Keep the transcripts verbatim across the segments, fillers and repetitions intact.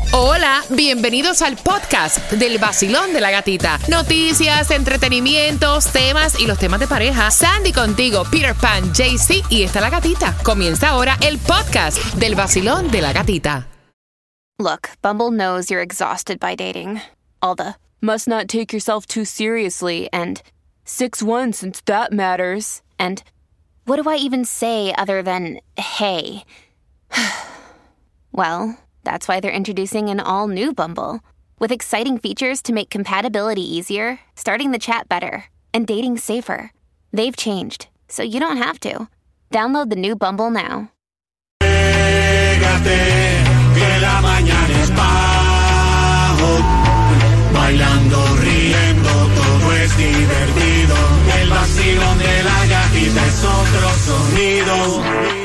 Hola, bienvenidos al podcast del Vacilón de la Gatita. Noticias, entretenimientos, temas y los temas de pareja. Sandy contigo, Peter Pan, Jaycee y está la gatita. Comienza ahora el podcast del Vacilón de la Gatita. Look, Bumble knows you're exhausted by dating. All the must not take yourself too seriously and six one since that matters. And what do I even say other than hey? Well, that's why they're introducing an all-new Bumble, with exciting features to make compatibility easier, starting the chat better, and dating safer. They've changed, so you don't have to. Download the new Bumble now. Pégate, que la mañana es bajo, bailando, riendo, todo es divertido. El vacilón de la gatita es otro sonido.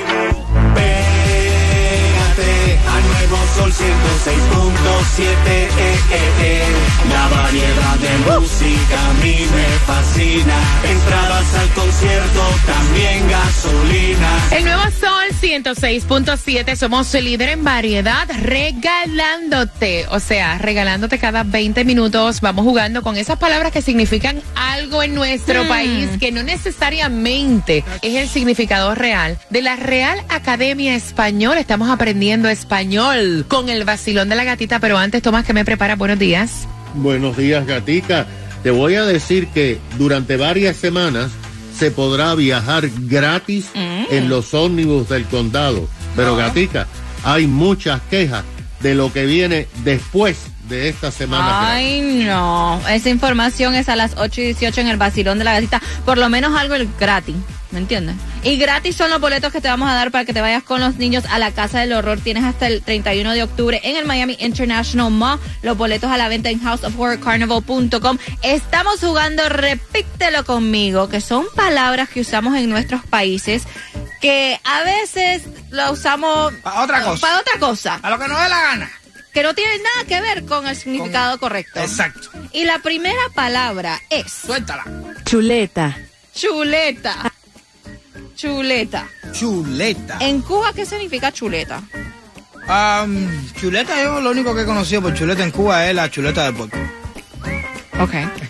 Al nuevo Sol ciento seis punto siete, eh, eh, eh. La variedad de música a mí me fascina. Entradas al concierto, también gasolina. El nuevo Sol ciento seis punto siete, somos el líder en variedad, regalándote, o sea, regalándote cada veinte minutos. Vamos jugando con esas palabras que significan algo en nuestro hmm. país, que no necesariamente es el significado real. De la Real Academia Española estamos aprendiendo español con el Vacilón de la Gatita, pero antes, Tomás, ¿qué me prepara? Buenos días. Buenos días, Gatica. Te voy a decir que durante varias semanas se podrá viajar gratis mm. en los ómnibus del condado. Pero, no. Gatica, hay muchas quejas de lo que viene después de esta semana. Ay, gratis. No. Esa información es a las ocho y dieciocho en el Vacilón de la Gatita. Por lo menos algo el gratis. ¿Me entiendes? Y gratis son los boletos que te vamos a dar para que te vayas con los niños a la Casa del Horror. Tienes hasta el treinta y uno de octubre en el Miami International Mall. Los boletos a la venta en house of horror carnival punto com. Estamos jugando Repítelo conmigo, que son palabras que usamos en nuestros países que a veces lo usamos para otra cosa. Para otra cosa. A lo que nos dé la gana. Que no tiene nada que ver con el significado con... correcto. Exacto. Y la primera palabra es... Suéltala. Chuleta. Chuleta. Chuleta. Chuleta. ¿En Cuba qué significa chuleta? Um, chuleta, yo lo único que he conocido por chuleta en Cuba es la chuleta de puerco. Ok.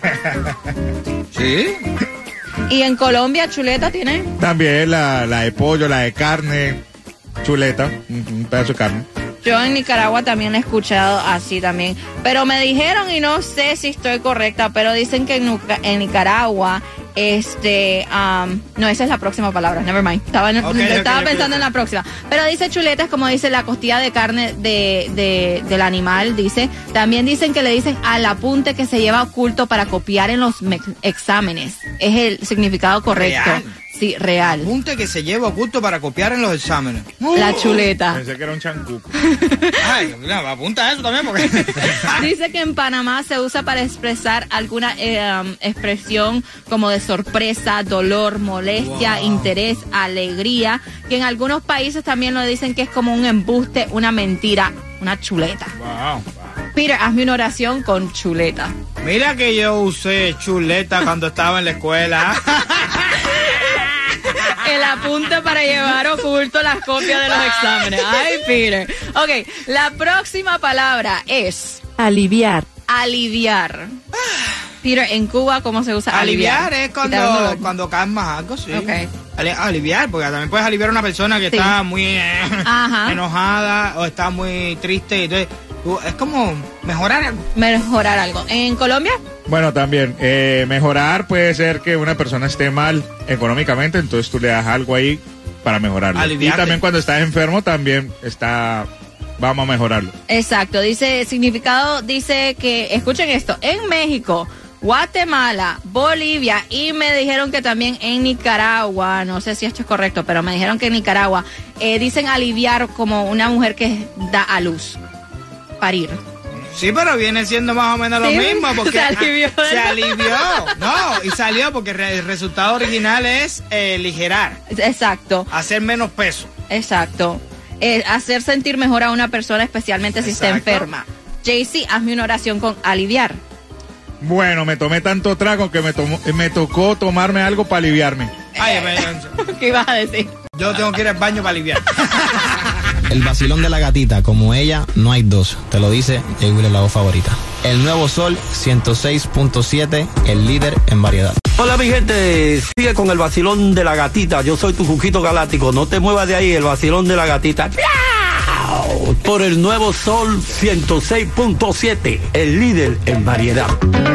¿Sí? ¿Y en Colombia chuleta tiene? También la, la de pollo, la de carne, chuleta, un, un pedazo de carne. Yo en Nicaragua también he escuchado así también. Pero me dijeron, y no sé si estoy correcta, pero dicen que en, en Nicaragua... Este, um, no, esa es la próxima palabra, never mind. Estaba, en, okay, estaba okay, pensando okay. en la próxima. Pero dice chuleta, es como dice la costilla de carne de, de, del animal, dice. También dicen que le dicen al apunte que se lleva oculto para copiar en los me- exámenes. Es el significado correcto. Real. Sí, real. Apunte que se lleva oculto para copiar en los exámenes. Uh, la chuleta. Pensé que era un chancuco. Ay, mira, apunta eso también porque... Dice que en Panamá se usa para expresar alguna eh, um, expresión como de sorpresa, dolor, molestia, wow. interés, alegría. Que en algunos países también lo dicen que es como un embuste, una mentira, una chuleta. Wow. Peter, hazme una oración con chuleta. Mira que yo usé chuleta cuando estaba en la escuela. El apunte para llevar oculto las copias de los exámenes. Ay, Peter. Ok, la próxima palabra es... Aliviar. Aliviar. Peter, en Cuba, ¿cómo se usa aliviar? Aliviar es cuando, cuando calmas algo, sí. Okay. Aliviar, porque también puedes aliviar a una persona que sí. está muy eh, enojada o está muy triste. Entonces, es como mejorar algo. Mejorar algo. ¿En Colombia? Bueno, también, eh, mejorar puede ser que una persona esté mal económicamente, entonces tú le das algo ahí para mejorarlo. Aliviarte. Y también cuando estás enfermo también está, vamos a mejorarlo. Exacto, dice, significado, dice que, escuchen esto, en México, Guatemala, Bolivia y me dijeron que también en Nicaragua, no sé si esto es correcto, pero me dijeron que en Nicaragua eh, dicen aliviar como una mujer que da a luz, parir. Sí, pero viene siendo más o menos sí, lo mismo porque se alivió. Se alivió. No, y salió porque el resultado original es eh, aligerar. Exacto. Hacer menos peso. Exacto. Eh, hacer sentir mejor a una persona, especialmente si Exacto. está enferma. Jaycee, hazme una oración con aliviar. Bueno, me tomé tanto trago que me, tomó, me tocó tomarme algo para aliviarme. Ay, me... ¿Qué ibas a decir? Yo tengo que ir al baño para aliviar. El vacilón de la gatita, como ella, no hay dos. Te lo dice Jay Wheeler, la voz favorita. El Nuevo Sol ciento seis punto siete, el líder en variedad. Hola mi gente, sigue con el vacilón de la gatita. Yo soy tu Juquito Galáctico. No te muevas de ahí, el vacilón de la gatita. Por el Nuevo Sol ciento seis punto siete, el líder en variedad.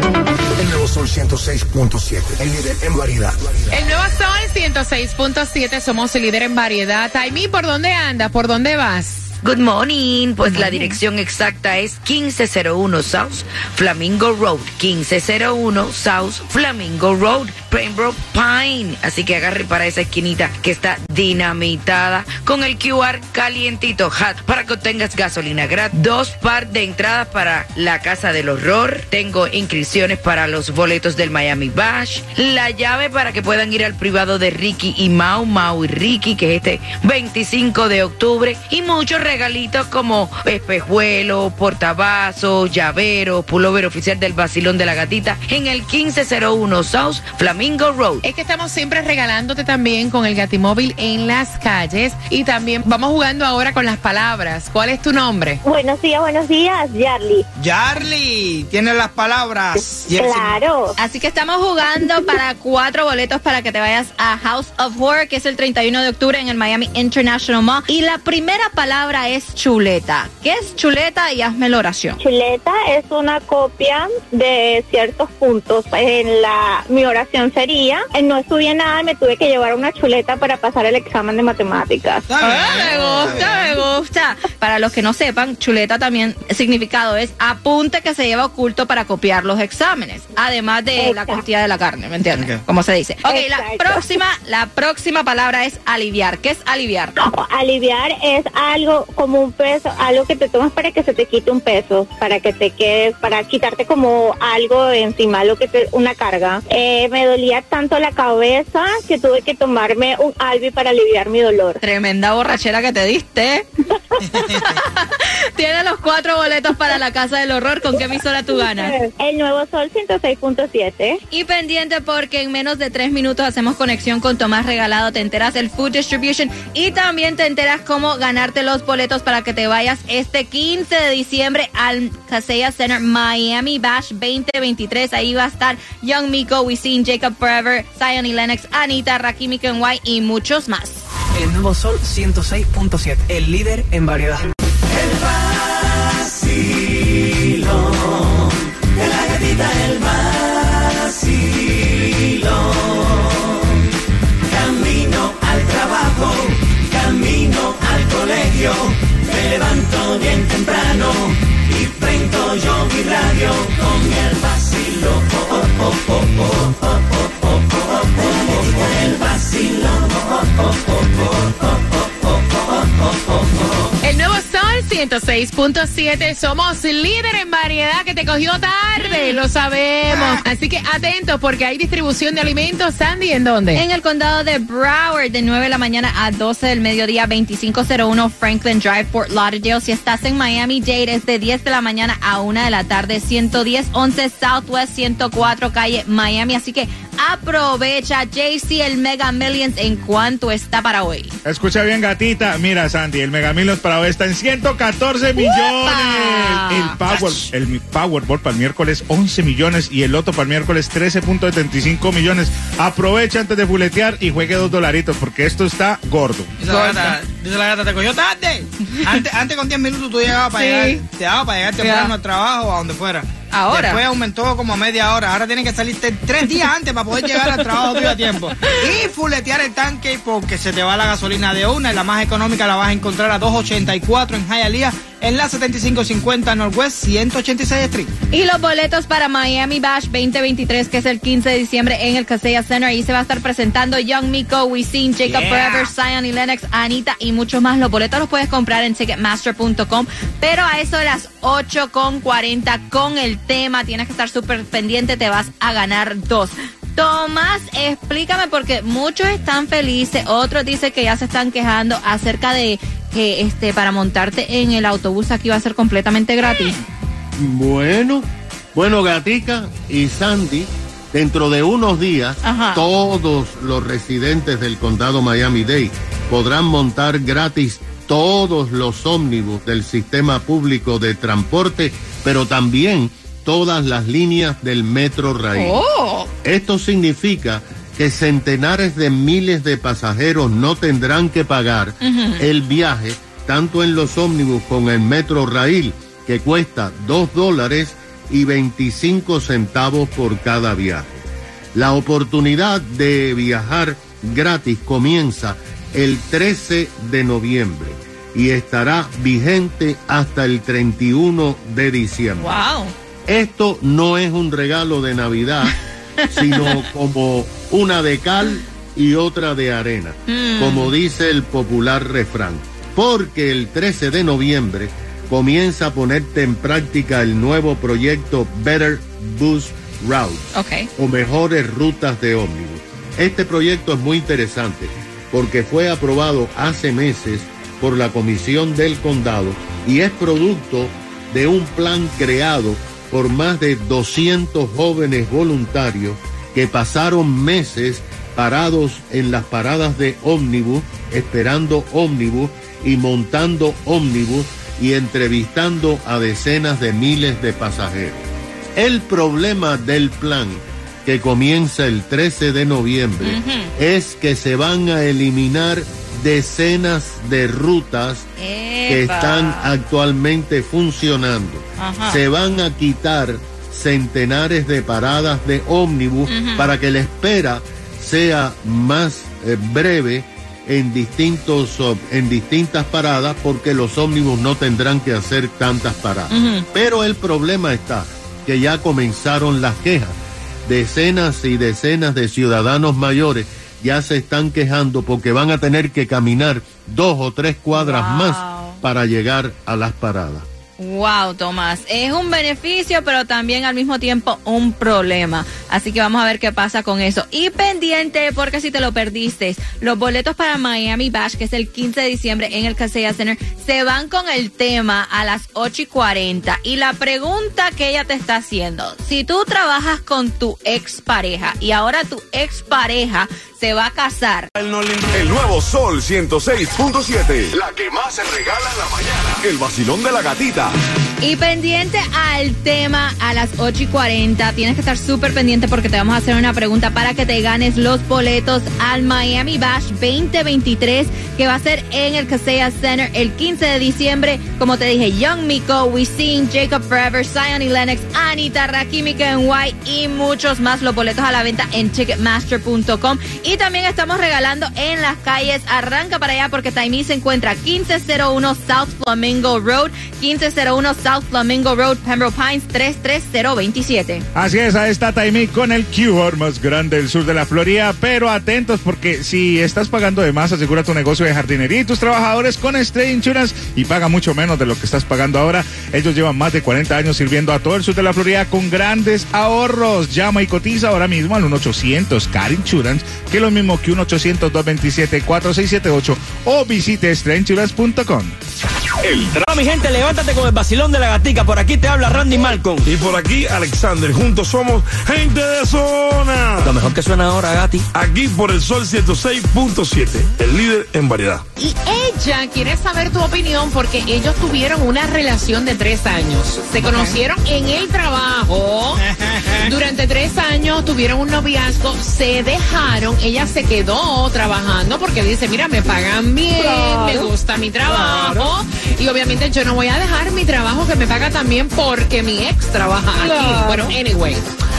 El Nuevo Sol ciento seis punto siete, el líder en variedad. El Nuevo Sol ciento seis punto siete, somos el líder en variedad. Taimi, ¿por dónde andas? ¿Por dónde vas? Good morning, pues la dirección exacta es quince cero uno South Flamingo Road, quince cero uno South Flamingo Road, Pembroke Pine. Así que agarre para esa esquinita que está dinamitada con el Q R calientito hot para que obtengas gasolina gratis. Dos par de entradas para la Casa del Horror. Tengo inscripciones para los boletos del Miami Bash. La llave para que puedan ir al privado de Ricky y Mau, Mau y Ricky, que es este veinticinco de octubre. Y muchos regalitos como espejuelos, portavasos, llaveros, pullover oficial del vacilón de la gatita en el quince cero uno South Flamingo Road. Es que estamos siempre regalándote también con el Gatimóvil en las calles y también vamos jugando ahora con las palabras. ¿Cuál es tu nombre? Buenos días, buenos días, Yarly. Yarly, tienes las palabras. Claro. Así que estamos jugando para cuatro boletos para que te vayas a House of Horror, que es el treinta y uno de octubre en el Miami International Mall. Y la primera palabra es chuleta. ¿Qué es chuleta? Y hazme la oración. Chuleta es una copia de ciertos puntos. En la mi oración sería, eh, no estudié nada, me tuve que llevar una chuleta para pasar el examen de matemáticas. Ah, me gusta, me gusta. Para los que no sepan, chuleta también, el significado es apunte que se lleva oculto para copiar los exámenes. Además de Exacto. la costilla de la carne, ¿me entiendes? Okay. Como se dice. Ok, Exacto. la próxima, la próxima palabra es aliviar. ¿Qué es aliviar? No, aliviar es algo como un peso, algo que te tomas para que se te quite un peso, para que te quedes, para quitarte como algo de encima, lo que te, una carga. Eh, me dolía tanto la cabeza que tuve que tomarme un Albi para aliviar mi dolor. Tremenda borrachera que te diste. Tienes los cuatro boletos para la Casa del Horror. ¿Con qué emisora tú ganas? El Nuevo Sol ciento seis punto siete. Y pendiente porque en menos de tres minutos hacemos conexión con Tomás Regalado. Te enteras el Food Distribution y también te enteras cómo ganarte los boletos para que te vayas este quince de diciembre al Kaseya Center Miami Bash veinte veintitrés. Ahí va a estar Young Miko, Wisin, Jacob Forever, Zion y Lennox, Anita, Rakimi Kenway y muchos más. El Nuevo Sol ciento seis punto siete, el líder en variedad. El vacilón de la gatita, el vacilón. Camino al trabajo, camino al colegio, me levanto bien temprano y prendo yo mi radio con el vacilón. Oh, oh, oh, oh, oh, oh, oh, oh, oh, oh, el vacilón. Oh, oh, oh, oh, oh, oh, oh, oh, oh, oh. El Nuevo Sol ciento seis punto siete, somos líder en variedad, que te cogió tarde, lo sabemos. Así que atentos porque hay distribución de alimentos. Sandy, ¿en dónde? En el condado de Broward, de nueve de la mañana a doce del mediodía, veinticinco cero uno Franklin Drive, Fort Lauderdale. Si estás en Miami-Dade, es de diez de la mañana a una de la tarde, ciento diez once Southwest ciento cuatro calle Miami. Así que aprovecha. J C, el Mega Millions, ¿en cuánto está para hoy? Escucha bien, gatita. Mira, Sandy, el Mega Millions para hoy está en ciento catorce millones. El Power, el Powerball para el miércoles once millones y el Loto para el miércoles trece punto setenta y cinco millones. Aprovecha antes de fuletear y juegue dos dolaritos porque esto está gordo. Dice la gata, dice la gata, te cogió tarde. Antes, antes con diez minutos tú llegabas para sí. llegar, te daba para llegar temprano yeah. al trabajo o a donde fuera. Ahora. Después aumentó como a media hora. Ahora tienes que salirte tres días antes para poder llegar al trabajo tuyo a tiempo. Y fuletear el tanque porque se te va la gasolina de una y la más económica la vas a encontrar a dos ochenta y cuatro en Hialeah, en la setenta y cinco cincuenta Northwest ciento ochenta y seis Street. Y los boletos para Miami Bash veinte veintitrés, que es el quince de diciembre en el Kaseya Center. Ahí se va a estar presentando Young Miko, Wisin, Jacob yeah. Forever, Zion y Lennox, Anita y muchos más. Los boletos los puedes comprar en ticketmaster punto com. Pero a eso de las ocho con cuarenta con el tema, tienes que estar súper pendiente, te vas a ganar dos. Tomás, explícame porque muchos están felices, otros dicen que ya se están quejando acerca de que este para montarte en el autobús aquí va a ser completamente gratis. Bueno, bueno, Gatica y Sandy, dentro de unos días, Ajá. todos los residentes del condado Miami-Dade podrán montar gratis todos los ómnibus del sistema público de transporte, pero también todas las líneas del Metro Rail. Oh. Esto significa que centenares de miles de pasajeros no tendrán que pagar uh-huh. el viaje, tanto en los ómnibus como en el Metro Rail, que cuesta dos dólares y veinticinco centavos por cada viaje. La oportunidad de viajar gratis comienza el trece de noviembre y estará vigente hasta el treinta y uno de diciembre. Wow. Esto no es un regalo de Navidad, sino como una de cal y otra de arena, mm. como dice el popular refrán, porque el trece de noviembre comienza a ponerte en práctica el nuevo proyecto Better Bus Routes, okay. o mejores rutas de ómnibus. Este proyecto es muy interesante porque fue aprobado hace meses por la Comisión del Condado y es producto de un plan creado por más de doscientos jóvenes voluntarios que pasaron meses parados en las paradas de ómnibus, esperando ómnibus y montando ómnibus y entrevistando a decenas de miles de pasajeros. El problema del plan, que comienza el trece de noviembre, uh-huh. es que se van a eliminar decenas de rutas Epa. que están actualmente funcionando. Ajá. Se van a quitar centenares de paradas de ómnibus uh-huh. para que la espera sea más eh, breve en distintos en distintas paradas, porque los ómnibus no tendrán que hacer tantas paradas. Uh-huh. Pero el problema está que ya comenzaron las quejas. Decenas y decenas de ciudadanos mayores ya se están quejando porque van a tener que caminar dos o tres cuadras wow. más para llegar a las paradas. Wow, Tomás, es un beneficio, pero también al mismo tiempo un problema. Así que vamos a ver qué pasa con eso. Y pendiente, porque si te lo perdiste, los boletos para Miami Bash, que es el quince de diciembre en el Kaseya Center, se van con el tema a las ocho y cuarenta. Y la pregunta que ella te está haciendo, si tú trabajas con tu expareja y ahora tu expareja se va a casar. El nuevo Sol ciento seis punto siete, la que más se regala en la mañana. El vacilón de la gatita. Y pendiente al tema a las ocho y cuarenta. Tienes que estar súper pendiente porque te vamos a hacer una pregunta para que te ganes los boletos al Miami Bash veinte veintitrés, que va a ser en el Kaseya Center el quince de diciembre. Como te dije, Young Miko, Wisin, Jacob Forever, Zion y Lennox, Anita, Rakimi, Kenway y muchos más. Los boletos a la venta en ticketmaster punto com. Y también estamos regalando en las calles. Arranca para allá porque Taimí se encuentra quince cero uno South Flamingo Road, quince cero uno South Flamingo Road, Pembroke Pines, tres tres cero dos siete. Así es, ahí está Taimí con el Q R más grande del sur de la Florida, pero atentos porque si estás pagando de más, asegura tu negocio de jardinería y tus trabajadores con Stray Insurance y paga mucho menos de lo que estás pagando ahora. Ellos llevan más de cuarenta años sirviendo a todo el sur de la Florida con grandes ahorros. Llama y cotiza ahora mismo al uno ochocientos C A R Insurance, que es lo mismo que uno ochocientos dos veintisiete cuatro seis siete ocho, o visite stray insurance punto com. El tra- mi gente, levántate con el vacilón de la gatica. Por aquí te habla Randy Malcolm. Y por aquí Alexander. Juntos somos gente de zona. Lo mejor que suena ahora, Gati. Aquí por el Sol ciento seis punto siete, el líder en variedad. Y ella quiere saber tu opinión porque ellos tuvieron una relación de tres años. Se conocieron en el trabajo. Durante tres años tuvieron un noviazgo, se dejaron. Ella se quedó trabajando porque dice, mira, me pagan bien, claro, me gusta mi trabajo. Claro. Y obviamente yo no voy a dejar mi trabajo que me paga también porque mi ex trabaja claro. aquí. Bueno, anyway.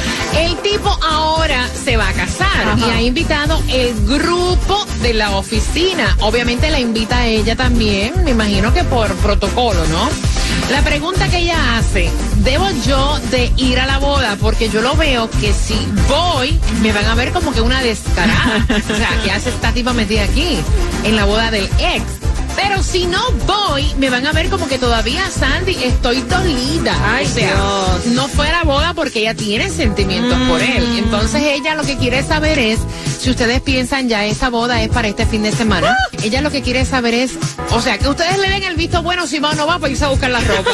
El tipo ahora se va a casar. Ajá. Y ha invitado el grupo de la oficina. Obviamente la invita a ella también, me imagino que por protocolo, ¿no? La pregunta que ella hace, ¿debo yo de ir a la boda? Porque yo lo veo que si voy, me van a ver como que una descarada. O sea, ¿qué hace esta tipa metida aquí? En la boda del ex. Pero si no voy, me van a ver como que todavía, Sandy, estoy dolida. Ay, o sea, Dios. No fue a la boda porque ella tiene sentimientos mm. por él. Entonces ella lo que quiere saber es, si ustedes piensan ya esa boda es para este fin de semana, ¡ah! Ella lo que quiere saber es, o sea, que ustedes le den el visto bueno si va o no va para irse a buscar la ropa.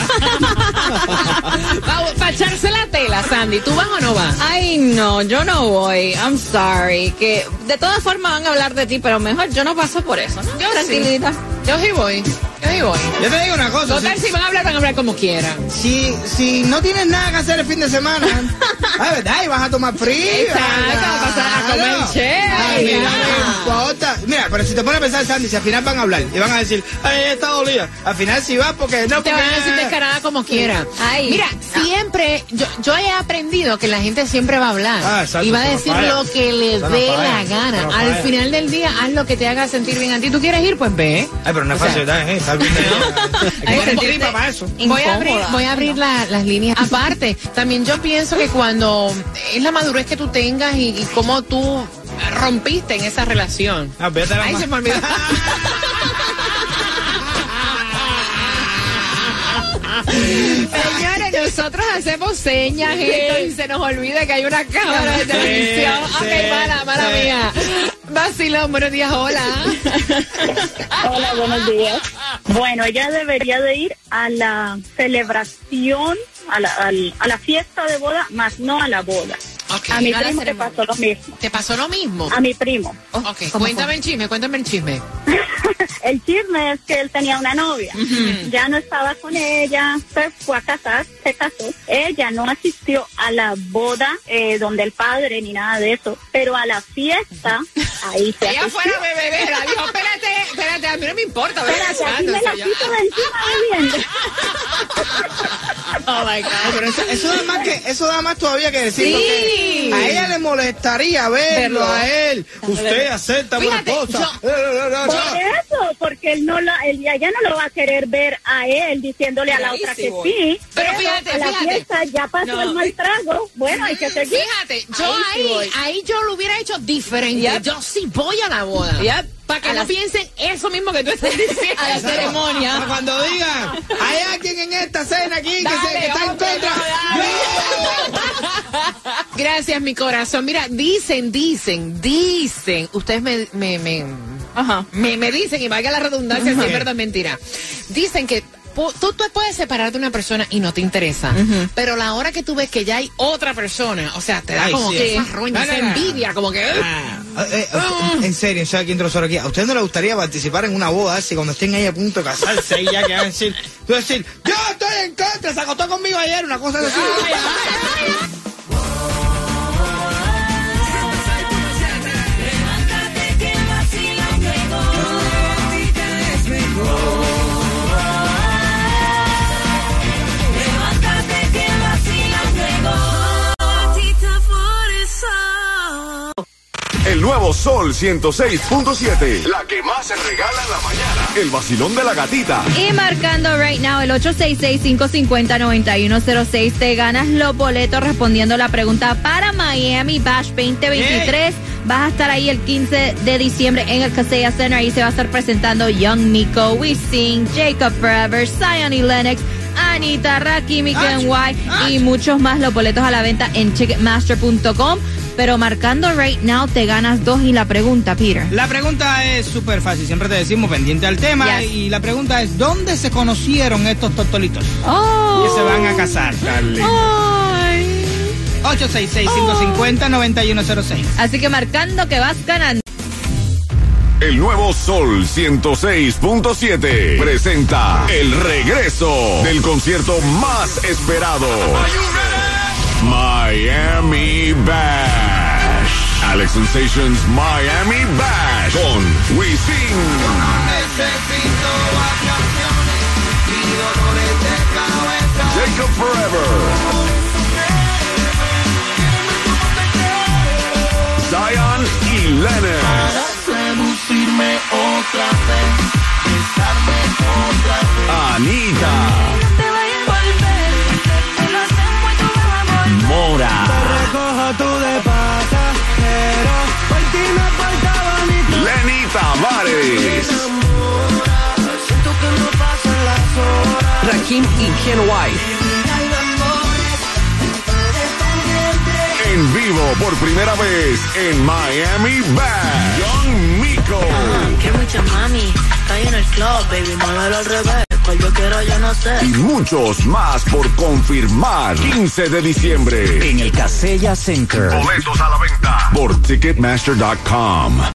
Para pa echarse la tela, Sandy, ¿tú vas o no vas? Ay, no, yo no voy. I'm sorry. Que de todas formas van a hablar de ti, pero mejor yo no paso por eso, ¿no? Yo tranquilita. Sí. Yo sí voy. Yo digo, yo te digo una cosa. Total, si, si van a hablar, van a hablar como quieran. Si, si no tienes nada que hacer el fin de semana, es verdad, y vas a tomar frío. Exacto, vas a pasar a comer chévere. Mira, no importa. Mira, pero si te pones a pensar, Sandy, si al final van a hablar y van a decir, ay, está dolida. Al final sí va porque no. Te porque... van a decir descarada como quiera. Ay. Mira, siempre, yo, yo he aprendido que la gente siempre va a hablar. Ah, exacto, y va a decir lo que le dé la gana. Al final del día, haz lo que te haga sentir bien a ti. ¿Tú quieres ir? Pues ve. Ay, pero no es fácil, ¿eh? Estar bien. Hay que tripa para eso. Voy a abrir, voy a abrir la, las líneas. Aparte, también yo pienso que cuando es la madurez que tú tengas y, y cómo tú rompiste en esa relación. Ah, vete a la Ay, se me olvidó. Señores, nosotros hacemos señas esto, y se nos olvida que hay una cámara de televisión. Sí, ok, sí, mala, mala sí. mía. Vacilón, buenos días, hola. Hola, buenos días. Bueno, ella debería de ir a la celebración, a la, a la, a la fiesta de boda, más no a la boda. Okay, a mi primo le pasó lo mismo. ¿Te pasó lo mismo? A mi primo. Ok, cuéntame el chisme, cuéntame el chisme. El chisme es que él tenía una novia. Uh-huh. Ya no estaba con ella, se fue a casar, se casó. Ella no asistió a la boda eh, donde el padre ni nada de eso, pero a la fiesta, ahí se ella fuera bebedera, dijo, espérate, espérate, a mí no me importa. Espérate, aquí me la quito de encima bebiendo. Oh my God. Pero eso, eso da más que, eso da más todavía que decir. Sí. A ella le molestaría verlo, verlo. a él. Usted acepta una cosa. Yo, por eso, porque él no la, él ya, ya no lo va a querer ver a él diciéndole a la otra que sí. Pero, pero fíjate, a la fíjate. fiesta ya pasó no. el mal trago. Bueno, hay que seguir. Fíjate, yo ahí, ahí, ahí yo lo hubiera hecho diferente. Yep. Yo sí voy a la boda. Yep. Para que a no las... piensen eso mismo que tú estás diciendo. A la ceremonia. Para cuando digan, hay alguien en esta cena aquí dale, que, se, que está en contra. Gracias, mi corazón. Mira, dicen, dicen, dicen. Ustedes me, me, me, Ajá. me, me dicen, y valga la redundancia, si es verdad o mentira. Dicen que Tú, tú puedes separar de una persona y no te interesa, uh-huh. pero la hora que tú ves que ya hay otra persona, o sea, te da Ay, como sí. que esa roña, esa envidia, como que... Ah, eh, eh, uh. En serio, ¿sabes quién entró aquí? ¿A usted no le gustaría participar en una boda así cuando estén ahí a punto de casarse y ya que van a decir, tú decir, yo estoy en contra, se acostó conmigo ayer, una cosa así? Ay, ay, ay. El nuevo Sol ciento seis punto siete. La que más se regala en la mañana. El vacilón de la gatita. Y marcando right now el ocho seis seis, cinco cinco cero, nueve uno cero seis. Te ganas los boletos respondiendo la pregunta para Miami Bash veinte veintitrés. Yeah. Vas a estar ahí el quince de diciembre en el Kaseya Center. Ahí se va a estar presentando Young Miko, Wisin, Jacob Forever, Zion y Lennox, Anita, Rakim y Ken Y y muchos más. Los boletos a la venta en ticketmaster punto com. Pero marcando right now te ganas dos. Y la pregunta, Peter. La pregunta es súper fácil. Siempre te decimos pendiente al tema. Yes. Y la pregunta es, ¿dónde se conocieron estos tortolitos? Oh. Que se van a casar, Carly. ocho seis seis, cinco cinco cero, nueve uno cero seis. Así que marcando que vas ganando. El nuevo Sol ciento seis punto siete presenta el regreso del concierto más esperado. Miami Bash. Alex Sensations Miami Bash con Wisin, Jacob Forever, Zion y Lennox. Anita, Mora, Lenny Tavares, Rakim y Ken White. En vivo por primera vez en Miami Bash, Young Miko. Que mucha mami, está en el club, baby, muévelo al revés. Yo quiero, yo no sé. Y muchos más por confirmar. quince de diciembre en el Kaseya Center. Boletos a la venta por ticketmaster punto com.